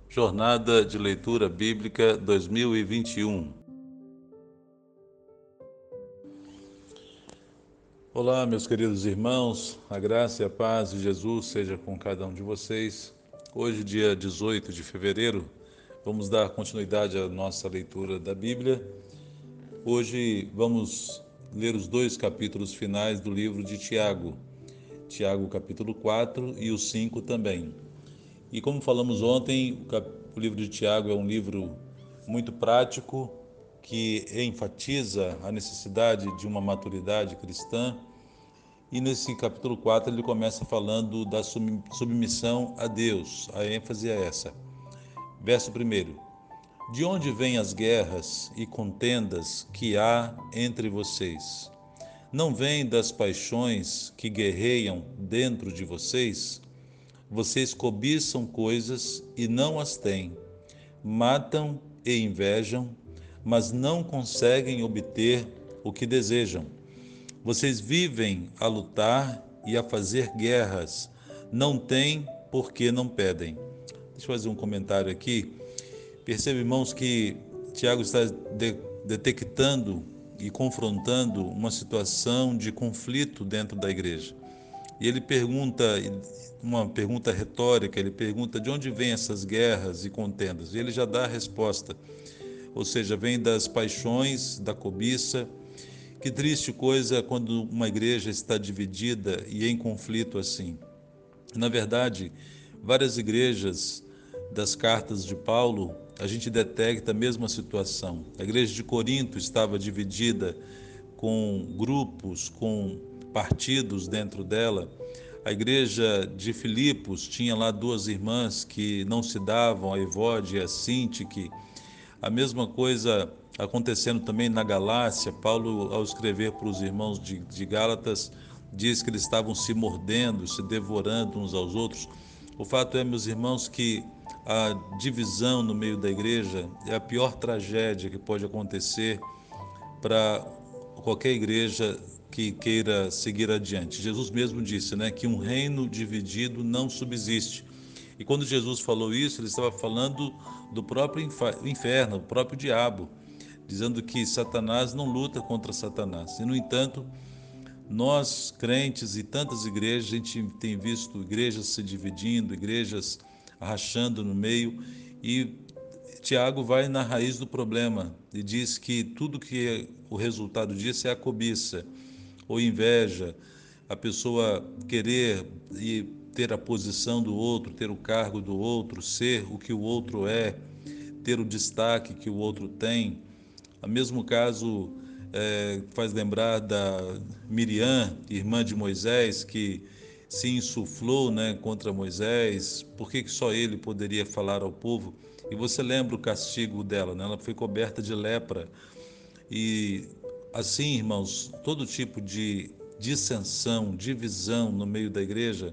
Jornada de Leitura Bíblica 2021. Olá, meus queridos irmãos, a graça e a paz de Jesus seja com cada um de vocês. Hoje, dia 18 de fevereiro, vamos dar continuidade à nossa leitura da Bíblia. Hoje vamos ler os 2 capítulos finais do livro de Tiago. Tiago capítulo 4 e o 5 também. E como falamos ontem, o livro de Tiago é um livro muito prático que enfatiza a necessidade de uma maturidade cristã. E nesse capítulo 4 ele começa falando da submissão a Deus. A ênfase é essa. Verso 1. De onde vêm as guerras e contendas que há entre vocês? Não vêm das paixões que guerreiam dentro de vocês? Vocês cobiçam coisas e não as têm, matam e invejam, mas não conseguem obter o que desejam. Vocês vivem a lutar e a fazer guerras, não têm porque não pedem. Deixa eu fazer um comentário aqui. Percebe, irmãos, que Tiago está detectando e confrontando uma situação de conflito dentro da igreja. E ele pergunta, uma pergunta retórica, ele pergunta de onde vêm essas guerras e contendas. E ele já dá a resposta, ou seja, vem das paixões, da cobiça. Que triste coisa quando uma igreja está dividida e em conflito assim. Na verdade, várias igrejas das cartas de Paulo, a gente detecta a mesma situação. A igreja de Corinto estava dividida com grupos, com partidos dentro dela. A igreja de Filipos tinha lá duas irmãs que não se davam, a Evode e a Sintique. A mesma coisa acontecendo também na Galácia. Paulo, ao escrever para os irmãos de Gálatas, diz que eles estavam se mordendo, se devorando uns aos outros. O fato é, meus irmãos, que a divisão no meio da igreja é a pior tragédia que pode acontecer para qualquer igreja que queira seguir adiante. Jesus mesmo disse, né, que um reino dividido não subsiste. E quando Jesus falou isso, ele estava falando do próprio inferno, do próprio diabo, dizendo que Satanás não luta contra Satanás. E, no entanto, nós, crentes e tantas igrejas, a gente tem visto igrejas se dividindo, igrejas rachando no meio, e Tiago vai na raiz do problema e diz que tudo que é o resultado disso é a cobiça ou inveja, a pessoa querer e ter a posição do outro, ter o cargo do outro, ser o que o outro é, ter o destaque que o outro tem. O mesmo caso faz lembrar da Miriam, irmã de Moisés, que se insuflou, né, contra Moisés. Por que só ele poderia falar ao povo? E você lembra o castigo dela, né? Ela foi coberta de lepra. E assim, irmãos, todo tipo de dissensão, divisão no meio da igreja,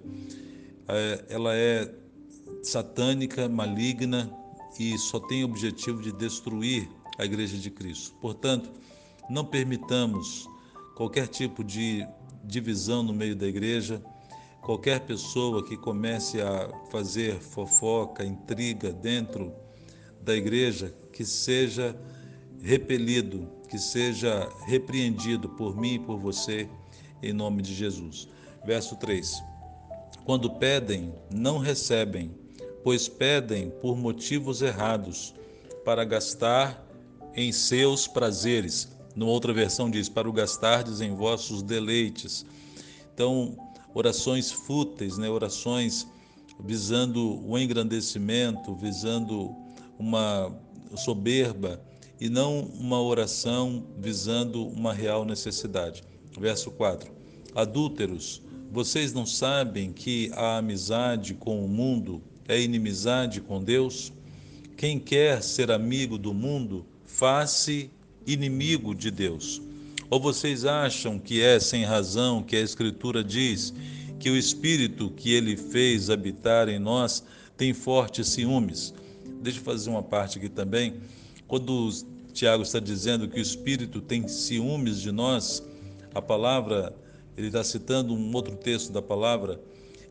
ela é satânica, maligna e só tem o objetivo de destruir a igreja de Cristo. Portanto, não permitamos qualquer tipo de divisão no meio da igreja, qualquer pessoa que comece a fazer fofoca, intriga dentro da igreja, que seja repelido, que seja repreendido por mim e por você, em nome de Jesus. Verso 3. Quando pedem, não recebem, pois pedem por motivos errados, para gastar em seus prazeres. Numa outra versão diz, para o gastardes em vossos deleites. Então, orações fúteis, né? Orações visando o engrandecimento, visando uma soberba e não uma oração visando uma real necessidade. Verso 4. Adúlteros, vocês não sabem que a amizade com o mundo é inimizade com Deus? Quem quer ser amigo do mundo, faz-se inimigo de Deus. Ou vocês acham que é sem razão que a Escritura diz que o Espírito que ele fez habitar em nós tem fortes ciúmes? Deixa eu fazer uma parte aqui também. Quando Tiago está dizendo que o Espírito tem ciúmes de nós, a palavra, ele está citando um outro texto da palavra,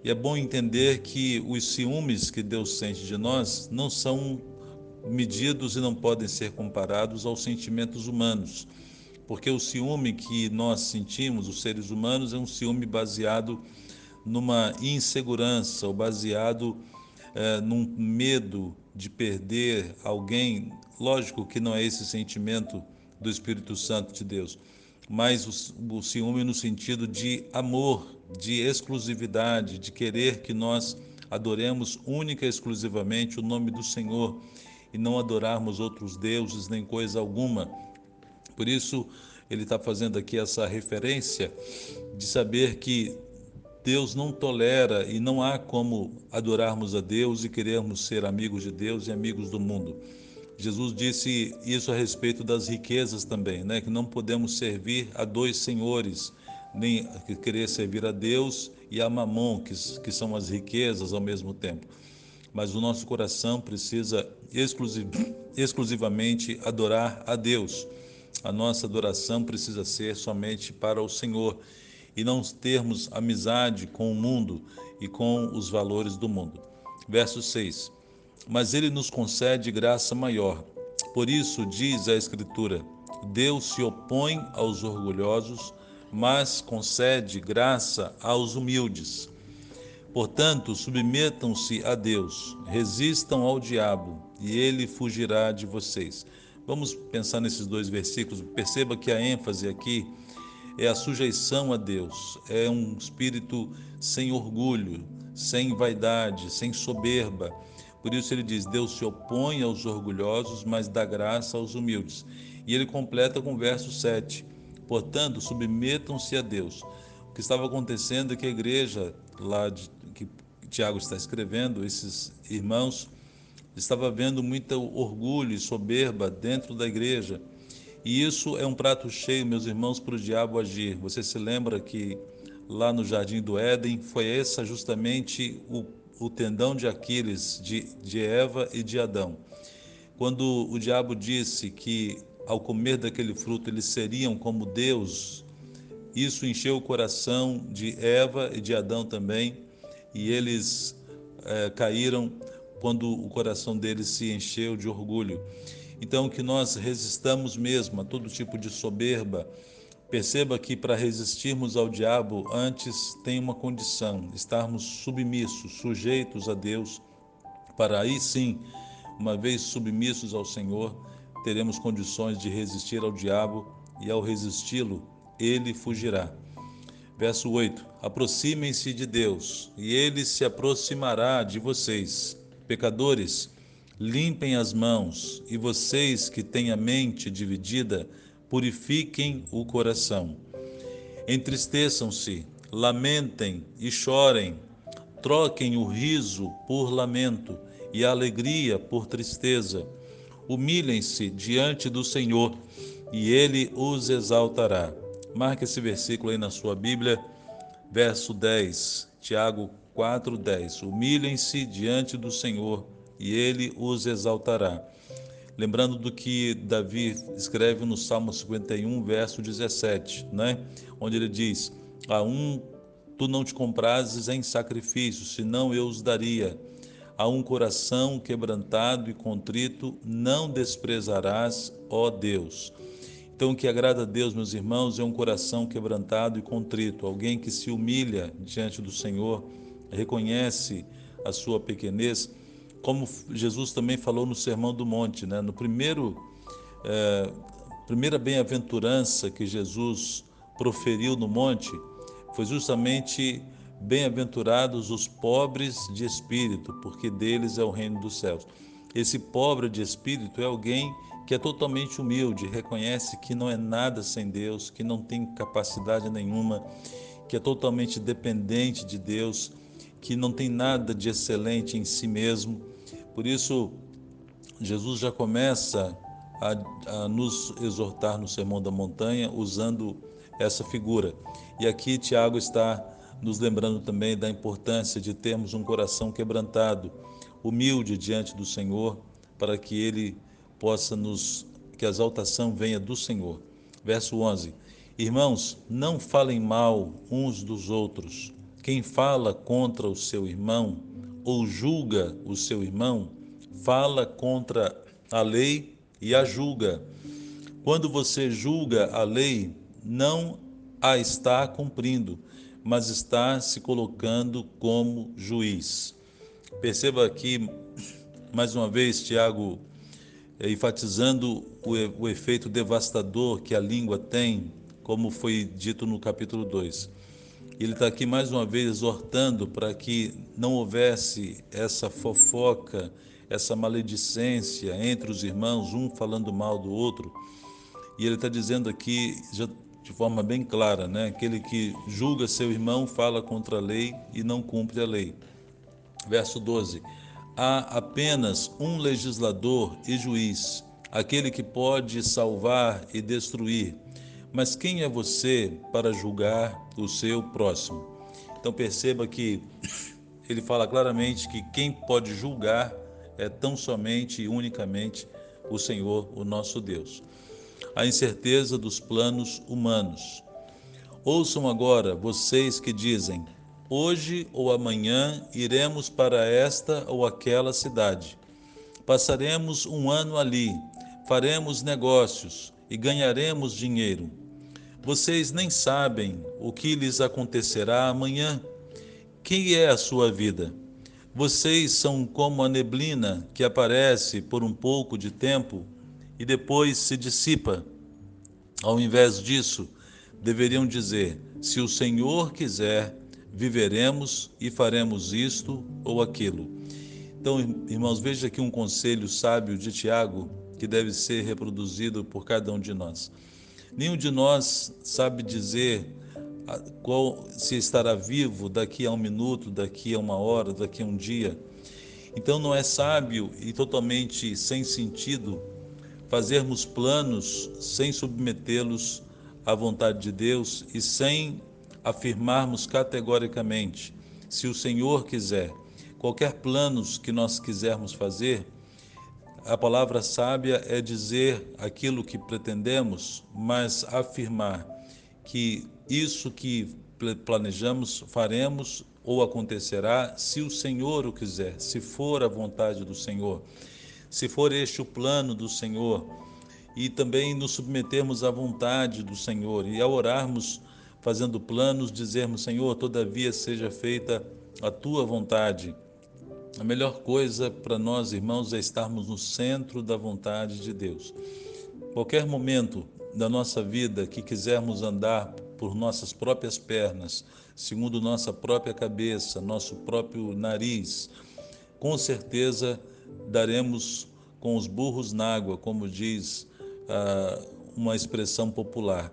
E é bom entender que os ciúmes que Deus sente de nós não são medidos e não podem ser comparados aos sentimentos humanos, porque o ciúme que nós sentimos, os seres humanos, é um ciúme baseado numa insegurança ou baseado num medo de perder alguém. Lógico que não é esse sentimento do Espírito Santo de Deus, mas o ciúme no sentido de amor, de exclusividade, de querer que nós adoremos única e exclusivamente o nome do Senhor e não adorarmos outros deuses nem coisa alguma. Por isso, ele está fazendo aqui essa referência de saber que Deus não tolera e não há como adorarmos a Deus e querermos ser amigos de Deus e amigos do mundo. Jesus disse isso a respeito das riquezas também, né? Que não podemos servir a dois senhores, nem querer servir a Deus e a Mamon, que são as riquezas ao mesmo tempo. Mas o nosso coração precisa exclusivamente adorar a Deus. A nossa adoração precisa ser somente para o Senhor e não termos amizade com o mundo e com os valores do mundo. Verso 6. Mas ele nos concede graça maior. Por isso diz a Escritura: Deus se opõe aos orgulhosos, mas concede graça aos humildes. Portanto, submetam-se a Deus, resistam ao diabo, e ele fugirá de vocês. Vamos pensar nesses dois versículos. Perceba que a ênfase aqui é a sujeição a Deus. É um espírito sem orgulho, sem vaidade, sem soberba. Por isso ele diz: Deus se opõe aos orgulhosos, mas dá graça aos humildes. E ele completa com o verso 7. Portanto, submetam-se a Deus. O que estava acontecendo é que a igreja que Tiago está escrevendo, esses irmãos, estava vendo muito orgulho e soberba dentro da igreja. E isso é um prato cheio, meus irmãos, para o diabo agir. Você se lembra que lá no Jardim do Éden foi essa justamente o tendão de Aquiles de Eva e de Adão. Quando o diabo disse que ao comer daquele fruto eles seriam como Deus, isso encheu o coração de Eva e de Adão também, e eles caíram quando o coração deles se encheu de orgulho. Então, que nós resistamos mesmo a todo tipo de soberba. Perceba que para resistirmos ao diabo, antes tem uma condição: estarmos submissos, sujeitos a Deus, para aí sim, uma vez submissos ao Senhor, teremos condições de resistir ao diabo, e ao resisti-lo, ele fugirá. Verso 8: Aproximem-se de Deus, e ele se aproximará de vocês. Pecadores, limpem as mãos, e vocês que têm a mente dividida, purifiquem o coração. Entristeçam-se, lamentem e chorem. Troquem o riso por lamento e a alegria por tristeza. Humilhem-se diante do Senhor, e ele os exaltará. Marque esse versículo aí na sua Bíblia, verso 10, Tiago 4:10. Humilhem-se diante do Senhor, e ele os exaltará. Lembrando do que Davi escreve no Salmo 51, verso 17, né? Onde ele diz: A um tu não te comprases em sacrifício, senão eu os daria. A um coração quebrantado e contrito não desprezarás, ó Deus. Então, o que agrada a Deus, meus irmãos, é um coração quebrantado e contrito, alguém que se humilha diante do Senhor, reconhece a sua pequenez, como Jesus também falou no Sermão do Monte, né? No primeira bem-aventurança que Jesus proferiu no monte, foi justamente: bem-aventurados os pobres de espírito, porque deles é o reino dos céus. Esse pobre de espírito é alguém que é totalmente humilde, reconhece que não é nada sem Deus, que não tem capacidade nenhuma, que é totalmente dependente de Deus, que não tem nada de excelente em si mesmo. Por isso, Jesus já começa a nos exortar no Sermão da Montanha usando essa figura. E aqui Tiago está nos lembrando também da importância de termos um coração quebrantado, humilde diante do Senhor, para que ele possa que a exaltação venha do Senhor. Verso 11: Irmãos, não falem mal uns dos outros. quem fala contra o seu irmão ou julga o seu irmão, fala contra a lei e a julga. Quando você julga a lei, não a está cumprindo, mas está se colocando como juiz. Perceba aqui, mais uma vez, Tiago, enfatizando o efeito devastador que a língua tem, como foi dito no capítulo 2. Ele está aqui mais uma vez exortando para que não houvesse essa fofoca, essa maledicência entre os irmãos, um falando mal do outro. E ele está dizendo aqui, já de forma bem clara, né? Aquele que julga seu irmão fala contra a lei e não cumpre a lei. Verso 12. Há apenas um legislador e juiz, aquele que pode salvar e destruir. Mas quem é você para julgar o seu próximo? Então perceba que ele fala claramente que quem pode julgar é tão somente e unicamente o Senhor, o nosso Deus. A incerteza dos planos humanos. Ouçam agora, vocês que dizem: hoje ou amanhã iremos para esta ou aquela cidade. Passaremos um ano ali, faremos negócios e ganharemos dinheiro. Vocês nem sabem o que lhes acontecerá amanhã. Que é a sua vida? Vocês são como a neblina que aparece por um pouco de tempo e depois se dissipa. Ao invés disso, deveriam dizer: se o Senhor quiser, viveremos e faremos isto ou aquilo. Então, irmãos, veja aqui um conselho sábio de Tiago que deve ser reproduzido por cada um de nós. Nenhum de nós sabe dizer se estará vivo daqui a um minuto, daqui a uma hora, daqui a um dia. Então não é sábio e totalmente sem sentido fazermos planos sem submetê-los à vontade de Deus e sem afirmarmos categoricamente: se o Senhor quiser. Qualquer planos que nós quisermos fazer, a palavra sábia é dizer aquilo que pretendemos, mas afirmar que isso que planejamos, faremos ou acontecerá se o Senhor o quiser, se for a vontade do Senhor, se for este o plano do Senhor, e também nos submetermos à vontade do Senhor, e ao orarmos, fazendo planos, dizermos: Senhor, todavia seja feita a tua vontade. A melhor coisa para nós, irmãos, é estarmos no centro da vontade de Deus. Qualquer momento da nossa vida que quisermos andar por nossas próprias pernas, segundo nossa própria cabeça, nosso próprio nariz, com certeza daremos com os burros na água, como diz uma expressão popular.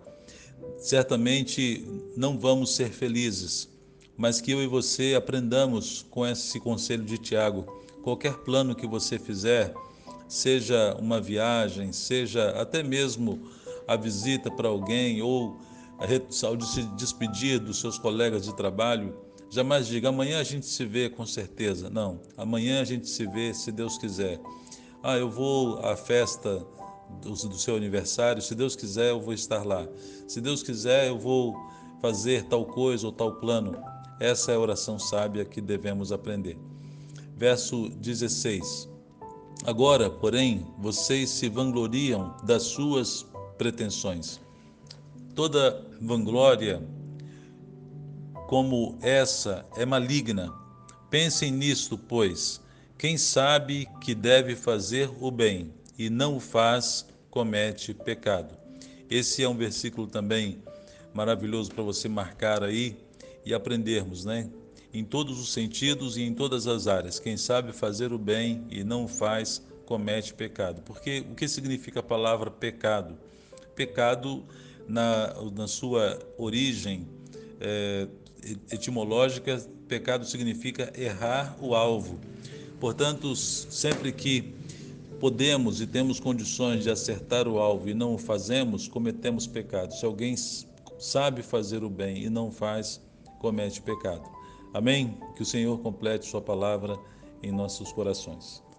Certamente não vamos ser felizes, mas que eu e você aprendamos com esse conselho de Tiago. Qualquer plano que você fizer, seja uma viagem, seja até mesmo a visita para alguém ou ao se despedir dos seus colegas de trabalho, jamais diga: amanhã a gente se vê com certeza. Não, amanhã a gente se vê se Deus quiser. Eu vou à festa do seu aniversário, se Deus quiser eu vou estar lá. Se Deus quiser eu vou fazer tal coisa ou tal plano. Essa é a oração sábia que devemos aprender. Verso 16. Agora, porém, vocês se vangloriam das suas pretensões. Toda vanglória como essa é maligna. Pensem nisto, pois: quem sabe que deve fazer o bem e não o faz, comete pecado. Esse é um versículo também maravilhoso para você marcar aí e aprendermos, né? Em todos os sentidos e em todas as áreas. Quem sabe fazer o bem e não o faz, comete pecado. Porque o que significa a palavra pecado? Pecado, na sua origem etimológica, pecado significa errar o alvo. Portanto, sempre que podemos e temos condições de acertar o alvo e não o fazemos, cometemos pecado. Se alguém sabe fazer o bem e não faz, comete pecado. Amém? Que o Senhor complete sua palavra em nossos corações.